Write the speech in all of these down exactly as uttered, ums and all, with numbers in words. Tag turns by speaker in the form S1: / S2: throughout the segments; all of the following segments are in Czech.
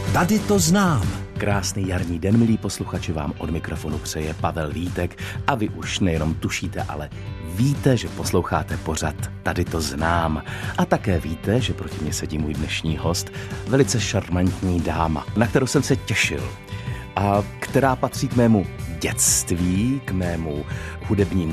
S1: Tady to znám.
S2: Krásný jarní den, milí posluchači, vám od mikrofonu přeje Pavel Vítek a vy už nejenom tušíte, ale víte, že posloucháte pořad Tady to znám. A také víte, že proti mně sedí můj dnešní host, velice šarmantní dáma, na kterou jsem se těšil a která patří k mému dětství, k mému hudebnímu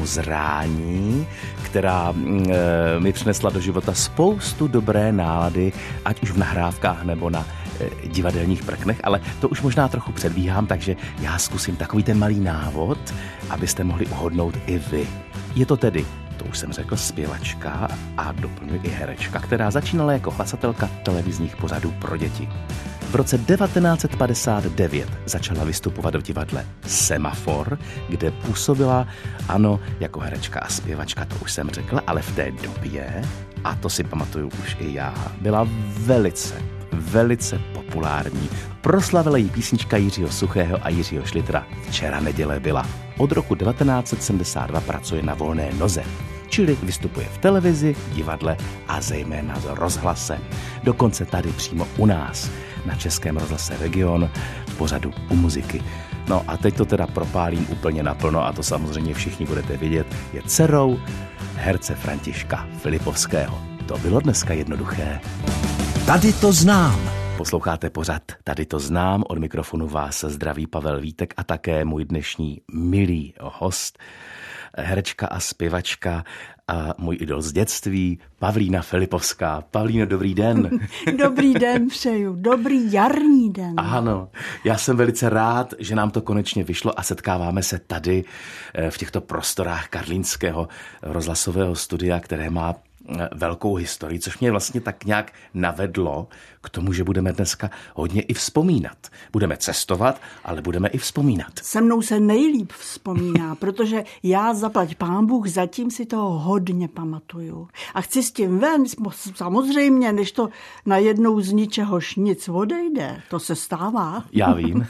S2: zrání, která e, mi přinesla do života spoustu dobré nálady, ať už v nahrávkách nebo na e, divadelních prknech, ale to už možná trochu předbíhám, takže já zkusím takový ten malý návod, abyste mohli uhodnout i vy. Je to tedy, to už jsem řekl, zpěvačka a doplňuji i herečka, která začínala jako hlasatelka televizních pořadů pro děti. V roce devatenáct set padesát devět začala vystupovat v divadle Semafor, kde působila, ano, jako herečka a zpěvačka, to už jsem řekl, ale v té době, a to si pamatuju už i já, byla velice, velice populární. Proslavila jí písnička Jiřího Suchého a Jiřího Šlitra Včera neděle byla. Od roku devatenáct set sedmdesát dva pracuje na volné noze. Čili vystupuje v televizi, divadle a zejména v rozhlase. Dokonce tady přímo u nás, na Českém rozhlase Region, v pořadu U muziky. No a teď to teda propálím úplně naplno a to samozřejmě všichni budete vidět. Je dcerou herce Františka Filipovského. To bylo dneska jednoduché.
S1: Tady to znám.
S2: Posloucháte pořad Tady to znám, od mikrofonu vás zdraví Pavel Vítek a také můj dnešní milý host, herečka a zpěvačka a můj idol z dětství, Pavlína Filipovská. Pavlíno, dobrý den.
S3: Dobrý den přeju, dobrý jarní den.
S2: Ano, já jsem velice rád, že nám to konečně vyšlo a setkáváme se tady v těchto prostorách karlínského rozhlasového studia, které má velkou historii, což mě vlastně tak nějak navedlo k tomu, že budeme dneska hodně i vzpomínat. Budeme cestovat, ale budeme i vzpomínat.
S3: Se mnou se nejlíp vzpomíná, protože já zaplať pán Bůh, zatím si toho hodně pamatuju. A chci s tím ven, samozřejmě, než to najednou z ničehož nic odejde. To se stává.
S2: Já vím.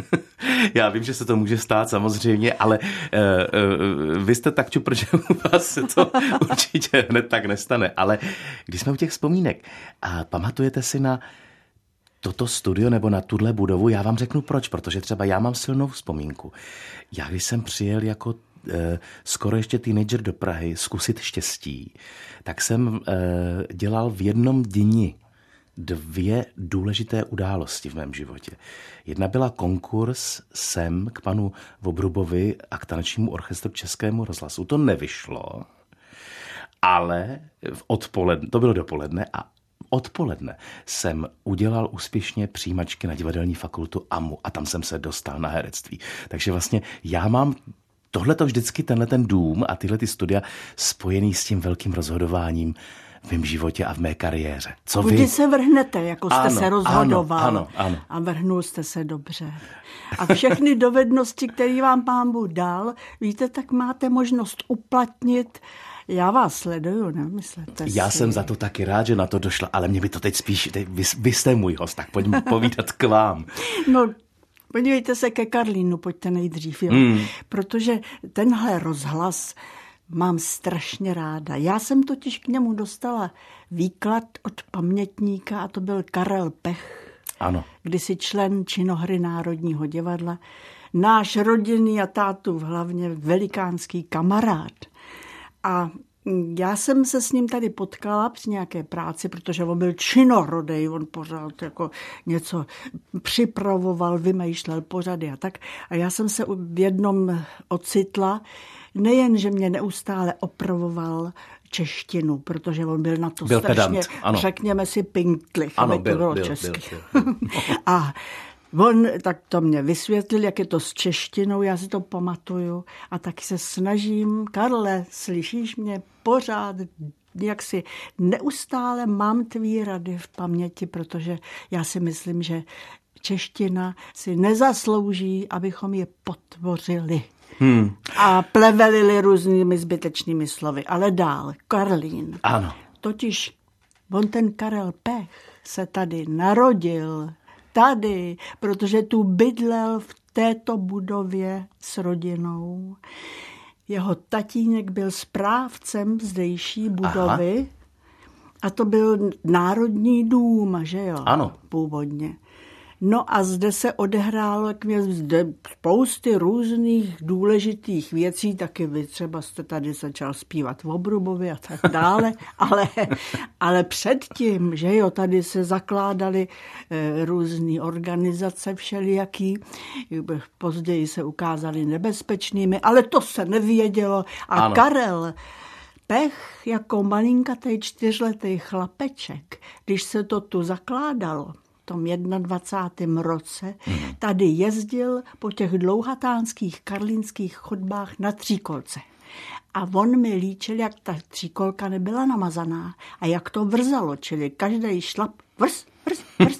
S2: Já vím, že se to může stát samozřejmě, ale uh, uh, vy jste tak čupr, že u vás se to určitě hned tak nestane. Ale když jsme u těch vzpomínek, a pamatujete si na toto studio nebo na tuhle budovu, já vám řeknu proč, protože třeba já mám silnou vzpomínku. Já když jsem přijel jako uh, skoro ještě teenager do Prahy zkusit štěstí, tak jsem uh, dělal v jednom dni dvě důležité události v mém životě. Jedna byla konkurs sem k panu Vobrubovi a k tanečnímu orchestru Českému rozhlasu. To nevyšlo, ale v odpoledne, to bylo dopoledne a odpoledne jsem udělal úspěšně přijímačky na divadelní fakultu A M U a tam jsem se dostal na herectví. Takže vlastně já mám tohleto vždycky, tenhle ten dům a tyhle ty studia spojený s tím velkým rozhodováním v mém životě a v mé kariéře. Co vy?
S3: Kdy se vrhnete, jako jste
S2: ano,
S3: se rozhodoval.
S2: Ano, ano, ano.
S3: A vrhnul jste se dobře. A všechny dovednosti, které vám pán Bůh dal, víte, tak máte možnost uplatnit. Já vás sleduju, nemyslete si.
S2: Já jsem za to taky rád, že na to došlo, ale mě by to teď spíš, teď, vy, vy jste můj host, tak pojďme povídat k vám.
S3: No, podívejte se ke Karlínu, pojďte nejdřív, jo. Mm. Protože tenhle rozhlas mám strašně ráda. Já jsem totiž k němu dostala výklad od pamětníka a to byl Karel Pech.
S2: Ano.
S3: Kdysi člen činohry Národního divadla. Náš rodinný a tátův hlavně velikánský kamarád. A já jsem se s ním tady potkala při nějaké práci, protože on byl činorodej, on pořád jako něco připravoval, vymýšlel pořady a tak. A já jsem se v jednom ocitla, nejen, že mě neustále opravoval češtinu, protože on byl na to
S2: byl
S3: strašně,
S2: pedant, ano.
S3: Řekněme si, pinktlich,
S2: ano,
S3: aby
S2: byl,
S3: to bylo
S2: byl,
S3: česky.
S2: Byl, byl.
S3: A on tak to mě vysvětlil, jak je to s češtinou, já si to pamatuju a taky se snažím, Karle, slyšíš mě pořád, jak si neustále mám tvý rady v paměti, protože já si myslím, že čeština si nezaslouží, abychom je potvořili. Hmm. A plevelili různými zbytečnými slovy. Ale dál, Karlín.
S2: Ano.
S3: Totiž on ten Karel Pech se tady narodil. Tady, protože tu bydlel v této budově s rodinou. Jeho tatínek byl správcem zdejší budovy. Aha. A to byl Národní dům, že jo?
S2: Ano.
S3: Původně. No a zde se odehrálo jak mě zde spousty různých důležitých věcí, taky vy třeba jste tady začal zpívat v Obrubovi a tak dále, ale, ale předtím, že jo, tady se zakládaly e, různé organizace všelijaký, později se ukázaly nebezpečnými, ale to se nevědělo a ano. Karel Pech jako malinkatej čtyřletý chlapeček, když se to tu zakládalo, v tom dvacátém prvním roce, tady jezdil po těch dlouhatánských karlínských chodbách na tříkolce. A on mi líčil, jak ta tříkolka nebyla namazaná a jak to vrzalo, čili každý šlap vrz, vrz, vrz.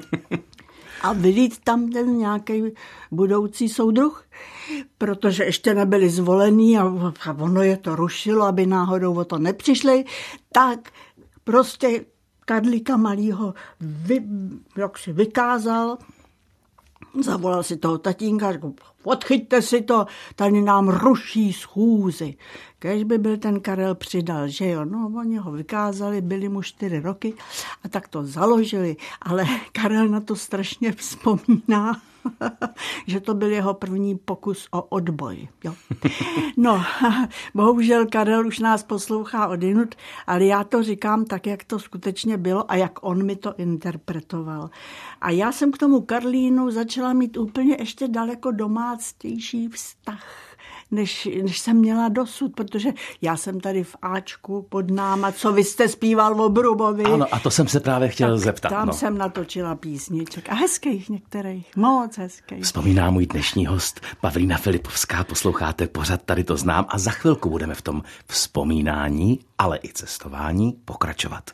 S3: A vylít tam ten nějaký budoucí soudruh, protože ještě nebyli zvolení a, a ono je to rušilo, aby náhodou o to nepřišli, tak prostě Karlíka malýho vy, jak si vykázal, zavolal si toho tatínka, řekl, odchyťte si to, tady nám ruší schůzi. Kéž by byl ten Karel přidal, že jo, no oni ho vykázali, byli mu čtyři roky a tak to založili, ale Karel na to strašně vzpomíná, že to byl jeho první pokus o odboj. Jo. No, bohužel Karel už nás poslouchá odinut, ale já to říkám tak, jak to skutečně bylo a jak on mi to interpretoval. A já jsem k tomu Karlínu začala mít úplně ještě daleko domáctější vztah, než, než jsem měla dosud, protože já jsem tady v Ačku pod náma, co vy jste zpíval v Obrubovi.
S2: Ano, a to jsem se právě chtěl
S3: tak
S2: zeptat.
S3: Tam
S2: no.
S3: jsem natočila písniček a hezkých některých, moc hezkých.
S2: Vzpomíná můj dnešní host Pavlína Filipovská, posloucháte pořad Tady to znám a za chvilku budeme v tom vzpomínání, ale i cestování pokračovat.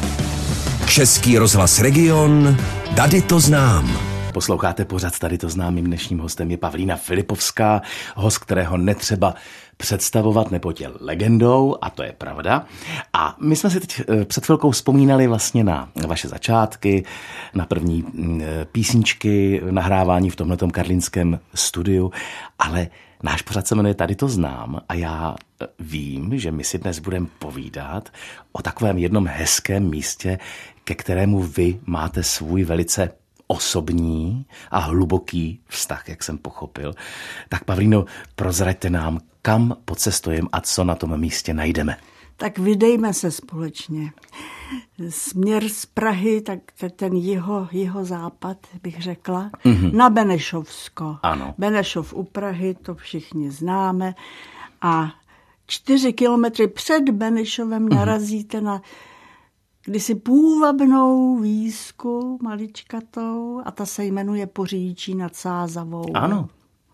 S1: Český rozhlas Region, Tady to znám.
S2: Posloucháte pořad Tady to znám, mým dnešním hostem je Pavlína Filipovská, host, kterého netřeba představovat, neboť je legendou, a to je pravda. A my jsme si teď před chvilkou vzpomínali vlastně na vaše začátky, na první písničky, nahrávání v tomhletom karlínském studiu, ale náš pořad se jmenuje Tady to znám a já vím, že my si dnes budeme povídat o takovém jednom hezkém místě, ke kterému vy máte svůj velice osobní a hluboký vztah, jak jsem pochopil. Tak Pavlíno, prozraďte nám, kam pocestujeme a co na tom místě najdeme.
S3: Tak vydejme se společně. Směr z Prahy, tak ten jeho, jeho západ, bych řekla, mm-hmm. na Benešovsko.
S2: Ano.
S3: Benešov u Prahy, to všichni známe. A čtyři kilometry před Benešovem mm-hmm. narazíte na kdysi půvabnou výsku maličkatou a ta se jmenuje Poříčí nad Sázavou.
S2: Ano.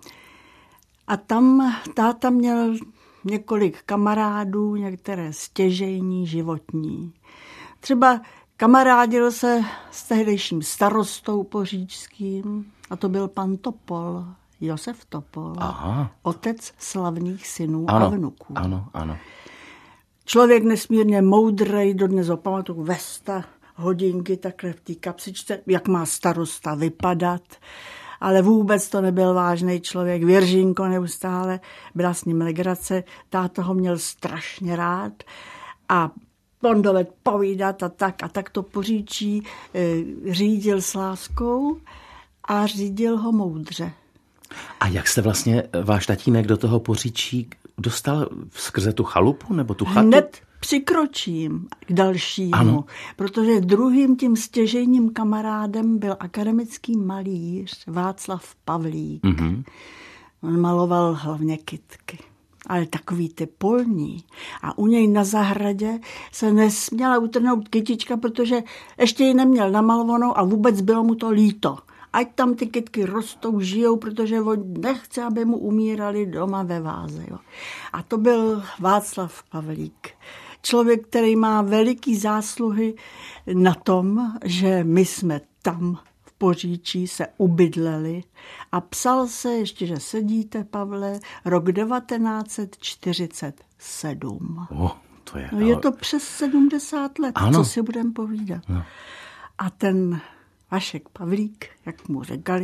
S3: A tam táta měl několik kamarádů, některé stěžejní, životní. Třeba kamarádil se s tehdejším starostou poříčským a to byl pan Topol, Josef Topol,
S2: Aha.
S3: otec slavných synů
S2: ano,
S3: a vnuků.
S2: Ano, ano.
S3: Člověk nesmírně moudrej, dodnes ho pamatuju, vesta, hodinky takhle v té kapsičce, jak má starosta vypadat, ale vůbec to nebyl vážný člověk, Věržínko neustále, byla s ním legrace, táta ho měl strašně rád a on dovedl povídat a tak a tak to Poříčí e, řídil s láskou a řídil ho moudře.
S2: A jak jste vlastně váš tatínek do toho Poříčí dostal skrze tu chalupu nebo tu chatu?
S3: Hned přikročím k dalšímu, ano. Protože druhým tím stěžejním kamarádem byl akademický malíř Václav Pavlík. Mm-hmm. On maloval hlavně kytky, ale takový ty polní. A u něj na zahradě se nesměla utrhnout kytička, protože ještě ji neměl namalovanou a vůbec bylo mu to líto. Ať tam ty kytky rostou, žijou, protože on nechce, aby mu umírali doma ve váze. Jo. A to byl Václav Pavlík. Člověk, který má veliký zásluhy na tom, že my jsme tam v Poříčí se ubydleli a psal se, ještě, že sedíte, Pavle, rok devatenáct set čtyřicet sedm.
S2: Oh, to je,
S3: no, je to přes sedmdesát let, ano. Co si budeme povídat. No. A ten Vašek Pavlík, jak mu říkali,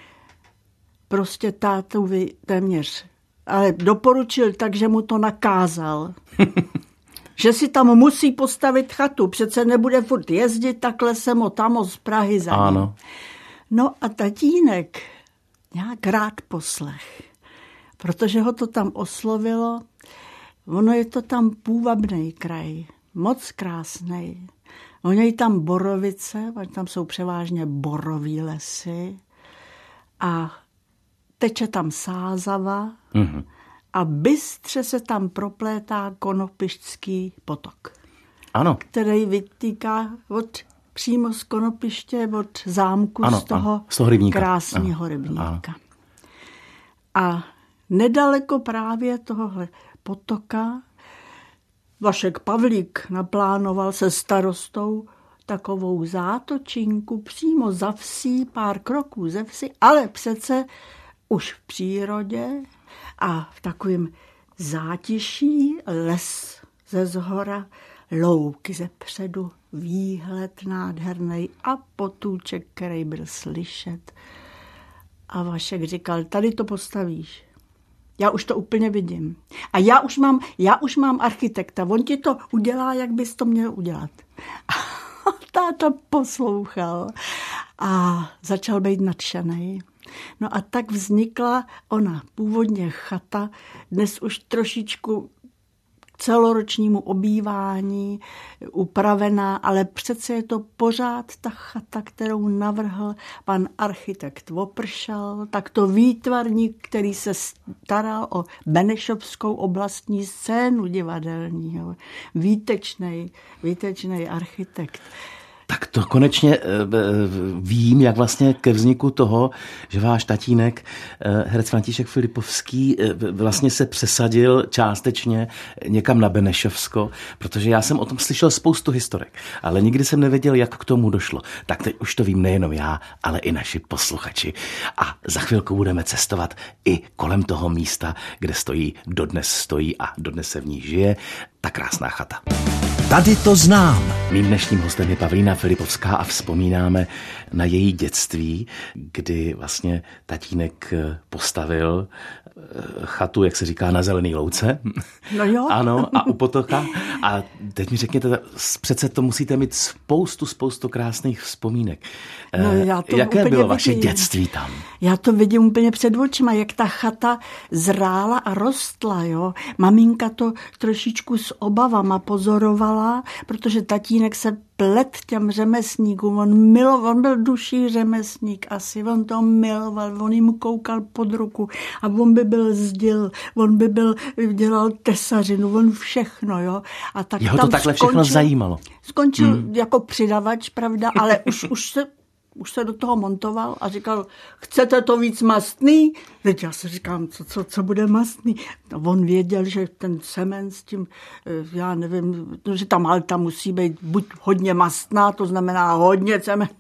S3: prostě tátovi téměř, ale doporučil tak, že mu to nakázal. Že si tam musí postavit chatu, přece nebude furt jezdit takhle sem o tam z Prahy za ním.
S2: Ano.
S3: No a tatínek nějak rád poslech, protože ho to tam oslovilo. Ono je to tam půvabný kraj, moc krásný. Ono je tam borovice, tam jsou převážně borový lesy a teče tam Sázava mm-hmm. a bystře se tam proplétá Konopišťský potok.
S2: Ano.
S3: Který vytýká od, přímo z Konopiště, od zámku,
S2: ano,
S3: z toho,
S2: ano, z toho rybníka.
S3: krásného
S2: ano,
S3: rybníka.
S2: Ano.
S3: A nedaleko právě tohohle potoka Vašek Pavlík naplánoval se starostou takovou zátočinku přímo za vsí, pár kroků ze vsi, ale přece už v přírodě a v takovém zátiší, les ze zhora, louky ze předu, výhled nádherný a potůček, který byl slyšet. A Vašek říkal, tady to postavíš. Já už to úplně vidím. A já už mám, já už mám architekta. On ti to udělá, jak bys to měl udělat. A táta poslouchal a začal být nadšenej. No a tak vznikla ona původně chata, dnes už trošičku celoročnímu obývání upravená, ale přece je to pořád ta chata, kterou navrhl pan architekt Vopršal, tak to výtvarník, který se staral o benešovskou oblastní scénu divadelní. Výtečnej, výtečnej architekt.
S2: Tak to konečně vím, jak vlastně ke vzniku toho, že váš tatínek, herec František Filipovský, vlastně se přesadil částečně někam na Benešovsko, protože já jsem o tom slyšel spoustu historek, ale nikdy jsem nevěděl, jak k tomu došlo. Tak teď už to vím nejenom já, ale i naši posluchači. A za chvilku budeme cestovat i kolem toho místa, kde stojí, dodnes stojí a dodnes se v ní žije, ta krásná chata.
S1: Tady to znám.
S2: Mým dnešním hostem je Pavlína Filipovská a vzpomínáme na její dětství, kdy vlastně tatínek postavil chatu, jak se říká, na zelený louce.
S3: No jo.
S2: Ano, a u potoka. A teď mi řekněte, přece to musíte mít spoustu, spoustu krásných vzpomínek.
S3: No, já to
S2: Jaké bylo
S3: vidím.
S2: vaše dětství tam?
S3: Já to vidím úplně před očima, jak ta chata zrála a rostla. Jo. Maminka to trošičku s obavama pozorovala, protože tatínek se plet těm řemeslníkům. On, miloval, on byl duší řemeslník asi, on to miloval, on jim koukal pod ruku a on by byl zdil, on by byl, dělal tesařinu, on všechno. Jo. A tak
S2: Jeho
S3: tam
S2: to takhle
S3: skončil,
S2: všechno zajímalo.
S3: Skončil
S2: hmm.
S3: jako přidavač, pravda, ale už, už se Už se do toho montoval a říkal, chcete to víc mastný? Teď já si říkám, co, co, co bude mastný? No, on věděl, že ten semen s tím, já nevím, že ta malta musí být buď hodně mastná, to znamená hodně cementu.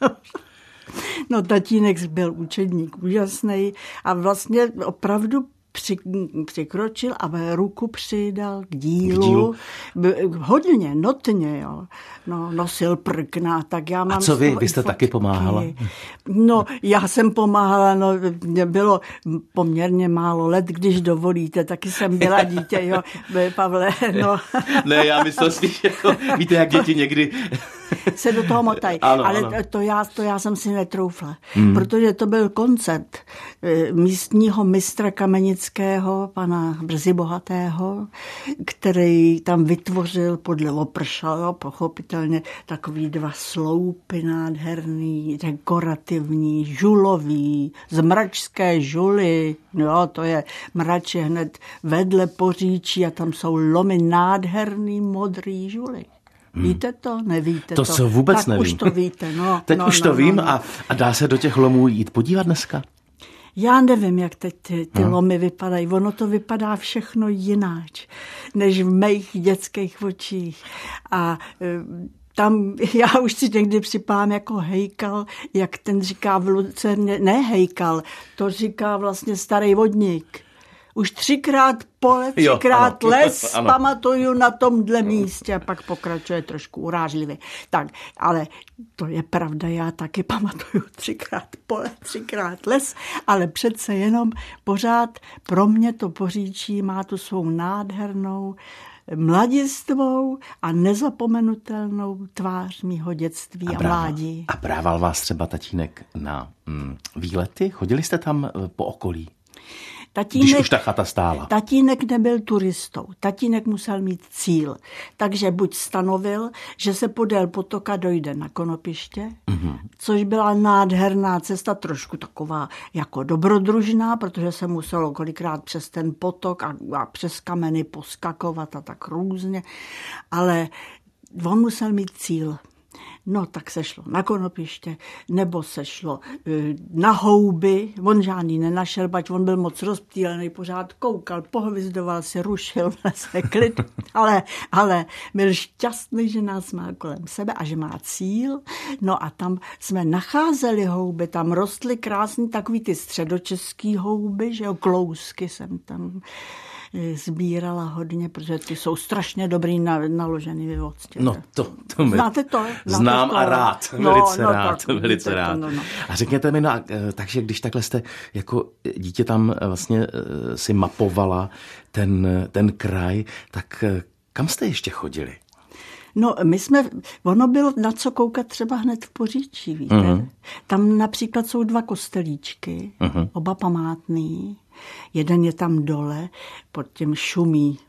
S3: No, tatínek byl učedník úžasný a vlastně opravdu Při, přikročil a ruku přidal k dílu. K dílu. Hodně, notně, jo. No, nosil prkna, tak já mám...
S2: A co vy? Vy jste fotky. Taky pomáhala?
S3: No, já jsem pomáhala, no, mě bylo poměrně málo let, když dovolíte, taky jsem byla dítě, jo, Pavle, no.
S2: Ne, já myslel spíš, jako, víte, jak děti někdy...
S3: se do toho motají.
S2: Ano,
S3: ale
S2: ano.
S3: To, já, to já jsem si netroufla, hmm. protože to byl koncert místního mistra Kamenického, pana Brzy Bohatého, který tam vytvořil podle Vopršala, pochopitelně, takový dva sloupy nádherný, dekorativní, žulový, z mračské žuly. Jo, to je mrač je hned vedle Poříčí a tam jsou lomy nádherný modrý žuly. Víte to? Nevíte to?
S2: To, co vůbec
S3: tak
S2: nevím.
S3: už to víte. No,
S2: teď
S3: no,
S2: už
S3: no,
S2: to vím
S3: no, no.
S2: A, a dá se do těch lomů jít podívat dneska?
S3: Já nevím, jak teď ty, ty
S2: no.
S3: lomy vypadají. Ono to vypadá všechno jináč, než v mých dětských očích. A tam já už si někdy připám jako Hejkal, jak ten říká v Lucerně, ne Hejkal, to říká vlastně starý vodník. Už třikrát pole, třikrát jo, ano, les, ano. Pamatuju na tomhle místě a pak pokračuje trošku urážlivě. Tak, ale to je pravda, já taky pamatuju třikrát pole, třikrát les, ale přece jenom pořád pro mě to Poříčí má tu svou nádhernou mladistvou a nezapomenutelnou tvář mýho dětství a,
S2: a brával,
S3: mládí.
S2: A brával vás třeba tatínek na mm, výlety? Chodili jste tam po okolí? Tatínek, když už ta chata stála.
S3: Tatínek nebyl turistou. Tatínek musel mít cíl. Takže buď stanovil, že se podél potoka dojde na Konopiště, mm-hmm. což byla nádherná cesta, trošku taková jako dobrodružná, protože se muselo kolikrát přes ten potok a, a přes kameny poskakovat a tak různě. Ale on musel mít cíl. No, tak se šlo na Konopiště, nebo se šlo na houby. On žádný nenašel, bať on byl moc rozptýlený, pořád koukal, pohvizdoval se, rušil se klid, ale, ale byl šťastný, že nás má kolem sebe a že má cíl. No a tam jsme nacházeli houby, tam rostly krásný takový ty středočeský houby, že jo, klousky jsem tam sbírala hodně, protože ty jsou strašně dobrý na, naložený v octě.
S2: No to, to my
S3: Znáte to? Znáte
S2: znám
S3: to?
S2: a rád,
S3: no,
S2: velice
S3: no,
S2: rád,
S3: tak,
S2: velice rád.
S3: No, no.
S2: A řekněte mi, no, takže když takhle jste jako dítě tam vlastně si mapovala ten, ten kraj, tak kam jste ještě chodili?
S3: No, my jsme, ono bylo na co koukat třeba hned v Poříčí, víte. Uh-huh. Tam například jsou dva kostelíčky, uh-huh. oba památný. Jeden je tam dole, pod tím šumí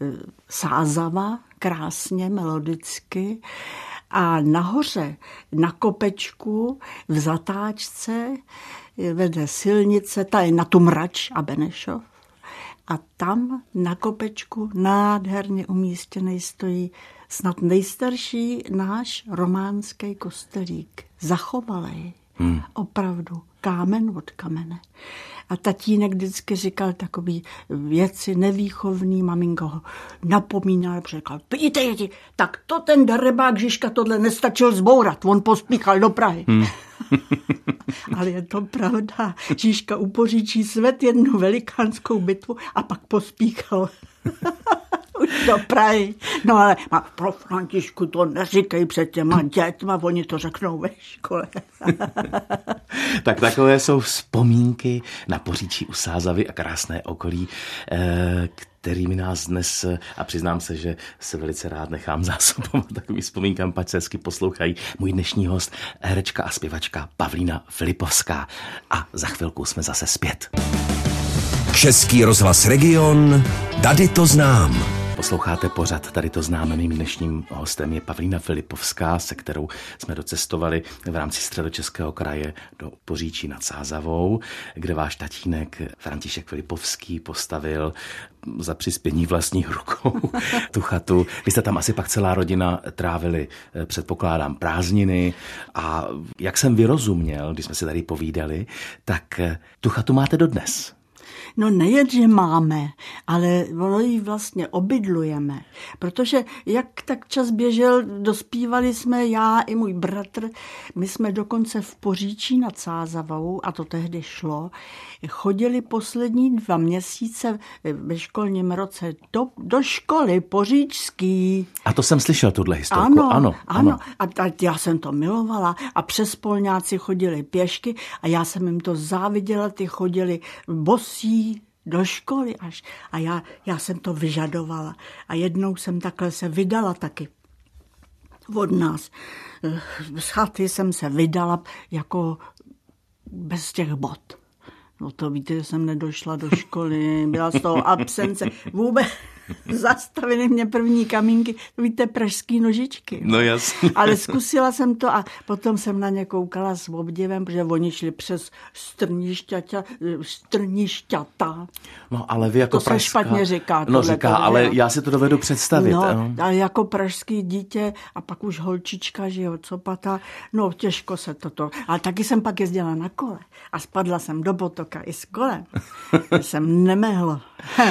S3: sázava, krásně, melodicky. A nahoře, na kopečku, v zatáčce, vede silnice, ta je na tu Mrač a Benešov. A tam na kopečku nádherně umístěný stojí snad nejstarší náš románský kostelík. Zachovalej. Hmm. Opravdu. Kámen od kamene. A tatínek vždycky říkal takový věci nevýchovný, maminka ho napomínala, říkal, vidíte, děti, tak to ten darebák Žižka tohle nestačil zbourat, on pospíchal do Prahy. Hmm. Ale je to pravda, Žižka u Poříčí sved jednu velikánskou bitvu a pak pospíchal už do Prahy. No ale ma, pro Františku to neříkej před těma dětma, oni to řeknou ve škole.
S2: Tak takové jsou vzpomínky na Poříčí u Sázavy a krásné okolí, kterými nás dnes, a přiznám se, že se velice rád nechám zásobovat takovým vzpomínkám, pač se hezky poslouchají. Můj dnešní host, herečka a zpěvačka Pavlína Filipovská. A za chvilku jsme zase zpět.
S1: Český rozhlas Region, Tady to znám.
S2: Posloucháte pořad, Tady to známe. Mým dnešním hostem je Pavlína Filipovská, se kterou jsme docestovali v rámci Středočeského kraje do Poříčí nad Sázavou, kde váš tatínek František Filipovský postavil za přispění vlastních rukou tu chatu. Vy jste tam asi pak celá rodina trávili, předpokládám, prázdniny a jak jsem vyrozuměl, když jsme si tady povídali, tak tu chatu máte dodnes.
S3: No nejen, že máme, ale ono ji vlastně obydlujeme, protože jak tak čas běžel, dospívali jsme já i můj bratr, my jsme dokonce v Poříčí nad Sázavou, a to tehdy šlo, chodili poslední dva měsíce ve školním roce do, do školy poříčský.
S2: A to jsem slyšel, tuhle historku.
S3: Ano,
S2: ano,
S3: ano.
S2: ano.
S3: A, a já jsem to milovala a přes Polňáci chodili pěšky a já jsem jim to záviděla, ty chodili bosí do školy až. A já, já jsem to vyžadovala. A jednou jsem takhle se vydala taky od nás. Z chaty jsem se vydala jako bez těch bot. No to víte, že jsem nedošla do školy, byla z toho absence. Vůbec zastavili mě první kamínky, víte, pražský nožičky.
S2: No jasně.
S3: Ale zkusila jsem to a potom jsem na ně koukala s obdivem, protože oni šli přes strnišťata. strnišťata.
S2: No ale vy jako
S3: to
S2: pražská...
S3: se špatně říká.
S2: No říká,
S3: tohle,
S2: ale
S3: jo.
S2: Já si to dovedu představit.
S3: No,
S2: ano.
S3: ale jako pražský dítě a pak už holčička, že jo, copata, no těžko se toto. Ale taky jsem pak jezdila na kole a spadla jsem do potoka i s kolem. jsem nemehla.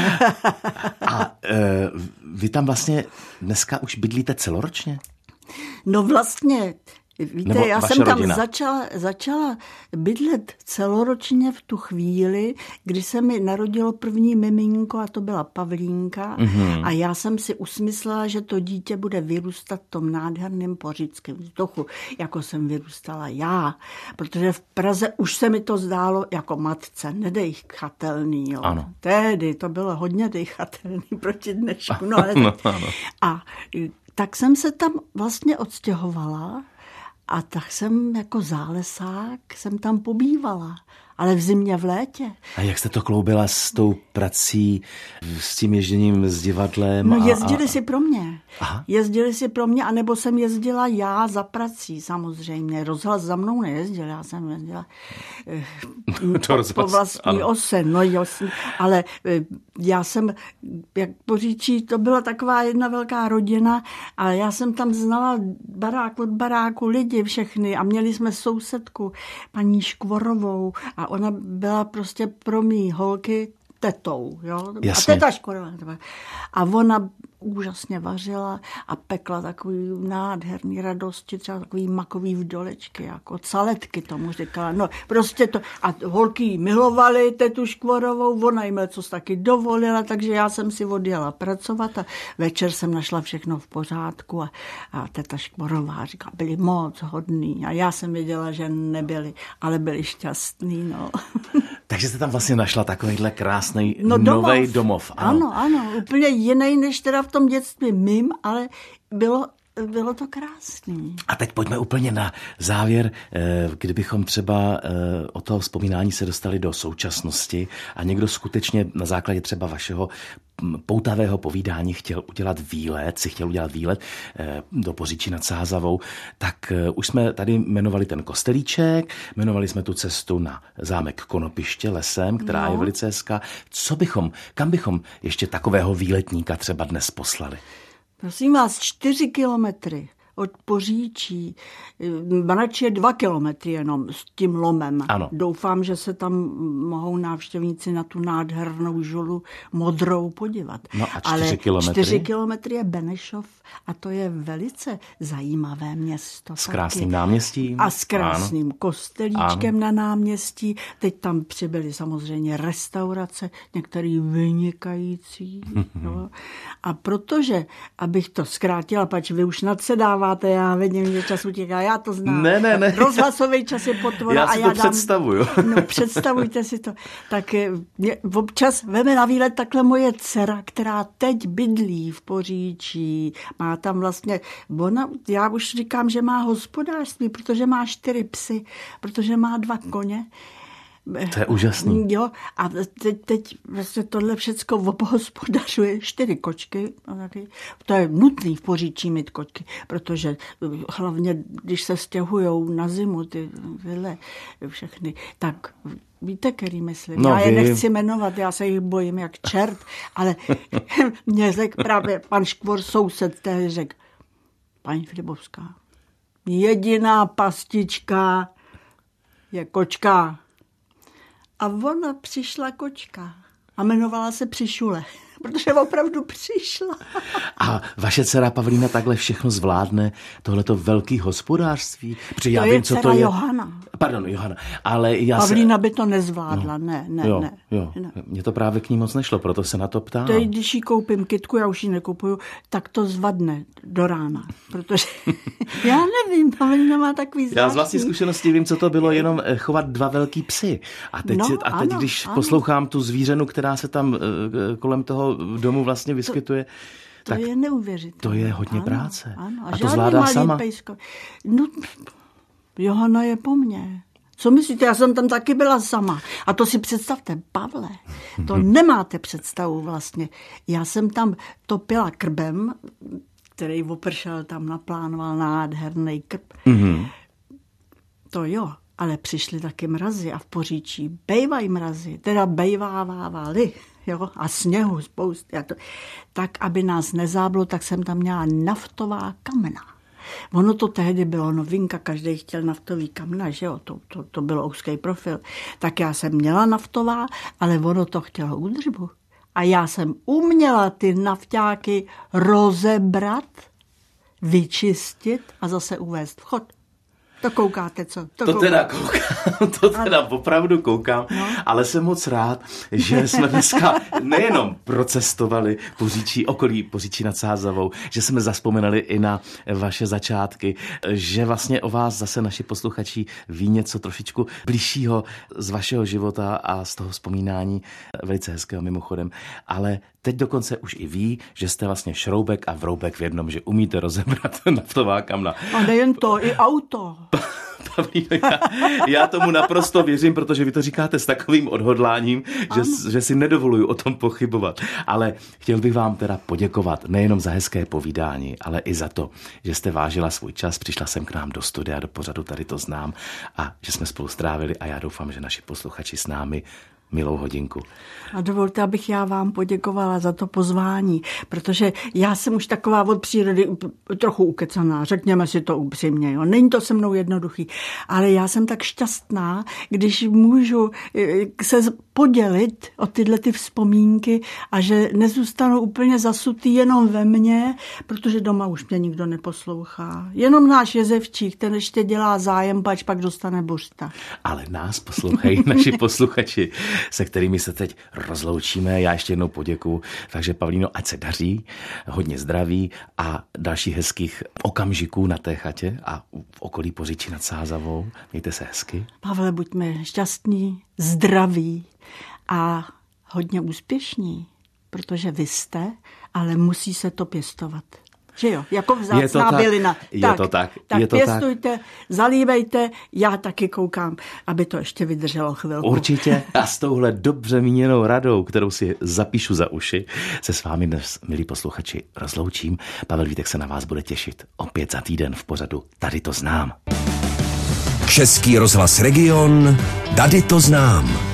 S2: A e, vy tam vlastně dneska už bydlíte celoročně?
S3: No vlastně Víte,
S2: Nebo
S3: já
S2: vaše
S3: jsem tam
S2: rodina?
S3: začala, začala bydlet celoročně v tu chvíli, kdy se mi narodilo první miminko a to byla Pavlínka mm-hmm. a já jsem si usmyslela, že to dítě bude vyrůstat v tom nádherném poříckém vzduchu, jako jsem vyrůstala já, protože v Praze už se mi to zdálo jako matce nedejchatelný. Jo.
S2: Ano.
S3: Tehdy to bylo hodně dejchatelný proti dnešku. No, ale
S2: no,
S3: tak,
S2: ano.
S3: a tak jsem se tam vlastně odstěhovala a tak jsem jako zálesák jsem tam pobývala. Ale v zimě, v létě.
S2: A jak jste to kloubila s tou prací, s tím ježděním s divadlem?
S3: No
S2: a,
S3: jezdili
S2: a...
S3: si pro mě.
S2: Aha.
S3: Jezdili si pro mě, anebo jsem jezdila já za prací samozřejmě. Rozhlas za mnou nejezdil, já jsem jezdila
S2: to
S3: po, po vlastní ose. No jasný. Ale já jsem, jak Poříčí, to byla taková jedna velká rodina a já jsem tam znala barák od baráku lidi všechny a měli jsme sousedku, paní Škvorovou a ona byla prostě pro mý holky tetou. Jo?
S2: Jasně.
S3: A teta Škvorová. A ona úžasně vařila a pekla takový nádherný radosti, třeba takový makový vdolečky, jako caletky tomu říkala. No prostě to. A holky jí milovaly tetu Škvorovou, ona jim co taky dovolila, takže já jsem si odjela pracovat a večer jsem našla všechno v pořádku a, a teta Škvorová říkala, byli moc hodný a já jsem věděla, že nebyli, ale byli šťastný. No.
S2: Takže jste tam vlastně našla takovýhle krásný
S3: no,
S2: nový domov. domov.
S3: Ano. ano, ano, úplně jiný než teda v tom dětství mým, ale bylo, bylo to krásný.
S2: A teď pojďme úplně na závěr, kdybychom třeba od toho vzpomínání se dostali do současnosti a někdo skutečně na základě třeba vašeho poutavého povídání chtěl udělat výlet, si chtěl udělat výlet do Poříčí nad Sázavou, tak už jsme tady jmenovali ten kostelíček, jmenovali jsme tu cestu na zámek Konopiště lesem, která no. je velice hezká. Co bychom, kam bychom ještě takového výletníka třeba dnes poslali?
S3: Prosím vás, čtyři kilometry od Poříčí. Banač je dva kilometry jenom s tím lomem.
S2: Ano.
S3: Doufám, že se tam mohou návštěvníci na tu nádhernou žulu modrou podívat.
S2: No a čtyři
S3: Ale
S2: kilometry?
S3: čtyři kilometry je Benešov a to je velice zajímavé město.
S2: S
S3: taky.
S2: krásným náměstím.
S3: A s krásným ano. kostelíčkem ano. na náměstí. Teď tam přibyly samozřejmě restaurace, některé vynikající. jo. A protože, abych to zkrátila, pač vy už nadsedáváte, já vidím, že čas utíká, já to znám.
S2: Ne, ne, ne.
S3: Rozhlasový čas je potvora.
S2: Já si
S3: a
S2: to
S3: já dám,
S2: představuju.
S3: No, představujte si to. Tak mě občas veme na výlet takhle moje dcera, která teď bydlí v Poříčí. Má tam vlastně, ona, já už říkám, že má hospodářství, protože má čtyři psy, protože má dva koně.
S2: To je úžasný.
S3: Jo, a teď, teď vlastně tohle všecko obhospodařuje čtyři kočky. To je nutný v Poříčí mít kočky, protože hlavně, když se stěhujou na zimu, ty vyle všechny, tak víte, který myslím.
S2: No,
S3: já je
S2: vy...
S3: nechci jmenovat, já se jich bojím jak čert, ale mě řekl právě pan Škvor, soused, tehdy řekl, paní Filibovská, jediná pastička je kočka. A ona přišla kočka a jmenovala se Přišule, protože opravdu přišla.
S2: A vaše dcera Pavlína takhle všechno zvládne, tohleto velký hospodářství? Protože já
S3: to
S2: vím,
S3: je
S2: co
S3: dcera
S2: to je.
S3: Johana.
S2: Pardon, Johana. Ale já
S3: Pavlína
S2: se...
S3: by to nezvládla, no. ne, ne,
S2: jo,
S3: ne.
S2: Jo.
S3: ne.
S2: Mně to právě k ní moc nešlo, proto se na to ptám.
S3: To je, když jí koupím kytku, já už ji nekupuju, tak to zvadne do rána, protože já nevím, Pavlína má takový zvláštní.
S2: Já z vlastní zkušenosti vím, co to bylo jenom chovat dva velký psy. A teď,
S3: no,
S2: a teď
S3: ano,
S2: když
S3: ano.
S2: poslouchám tu zvířenu, která se tam kolem toho domu vlastně vyskytuje,
S3: To
S2: tak
S3: je neuvěřitelné.
S2: To je hodně
S3: ano,
S2: práce.
S3: Ano. A,
S2: a to zvládá sama.
S3: Pejsko. No, Johana je po mně. Co myslíte? Já jsem tam taky byla sama. A to si představte, Pavle, to nemáte představu vlastně. Já jsem tam topila krbem, který opršel tam naplánoval nádherný krb. Mm-hmm. To jo, ale přišly taky mrazy a v Poříčí bejvají mrazy, teda bejvávávali. Jo, a sněhu spousty. A to, tak, aby nás nezáblo, tak jsem tam měla naftová kamna. Ono to tehdy bylo novinka, každý chtěl naftový kamna, že jo, to, to, to bylo úzký profil. Tak já jsem měla naftová, ale ono to chtělo údržbu. A já jsem uměla ty nafťáky rozebrat, vyčistit a zase uvést v chod. To koukáte, co?
S2: To, to teda koukám, to teda a... opravdu koukám, no. Ale jsem moc rád, že jsme dneska nejenom procestovali Poříčí, okolí Poříčí nad Sázavou, že jsme zazpomenali i na vaše začátky, že vlastně o vás zase naši posluchači ví něco trošičku bližšího z vašeho života a z toho vzpomínání, velice hezkého mimochodem, ale teď dokonce už i ví, že jste vlastně šroubek a vroubek v jednom, že umíte rozebrat naftová kamna.
S3: A nejen to, i auto.
S2: Pavlíno, já, já tomu naprosto věřím, protože vy to říkáte s takovým odhodláním, že, že si nedovoluju o tom pochybovat. Ale chtěl bych vám teda poděkovat nejenom za hezké povídání, ale i za to, že jste vážila svůj čas, přišla jsem k nám do studia, do pořadu Tady to znám a že jsme spolu strávili a já doufám, že naši posluchači s námi milou hodinku.
S3: A dovolte, abych já vám poděkovala za to pozvání, protože já jsem už taková od přírody trochu ukecaná, řekněme si to upřímně. Jo. Není to se mnou jednoduchý, ale já jsem tak šťastná, když můžu se podělit o tyhle ty vzpomínky a že nezůstanou úplně zasutý jenom ve mně, protože doma už mě nikdo neposlouchá. Jenom náš Jezevčík, ten ještě dělá zájem, pač pak dostane buřta.
S2: Ale nás poslouchají naši posluchači, se kterými se teď rozloučíme. Já ještě jednou poděkuju. Takže Pavlíno, ať se daří, hodně zdraví a dalších hezkých okamžiků na té chatě a v okolí Poříčí nad Sázavou. Mějte se hezky.
S3: Pavle, buďme šťastní, zdraví a hodně úspěšní, protože vy jste, ale musí se to pěstovat. Že jo, jako vzácná bylina.
S2: Je tak, to tak.
S3: Tak
S2: je to
S3: pěstujte,
S2: tak.
S3: Zalívejte, já taky koukám, aby to ještě vydrželo chvilku.
S2: Určitě a s touhle dobře míněnou radou, kterou si zapíšu za uši, se s vámi dnes, milí posluchači, rozloučím. Pavel Vítek se na vás bude těšit opět za týden v pořadu Tady to znám.
S1: Český rozhlas Region, Tady to znám.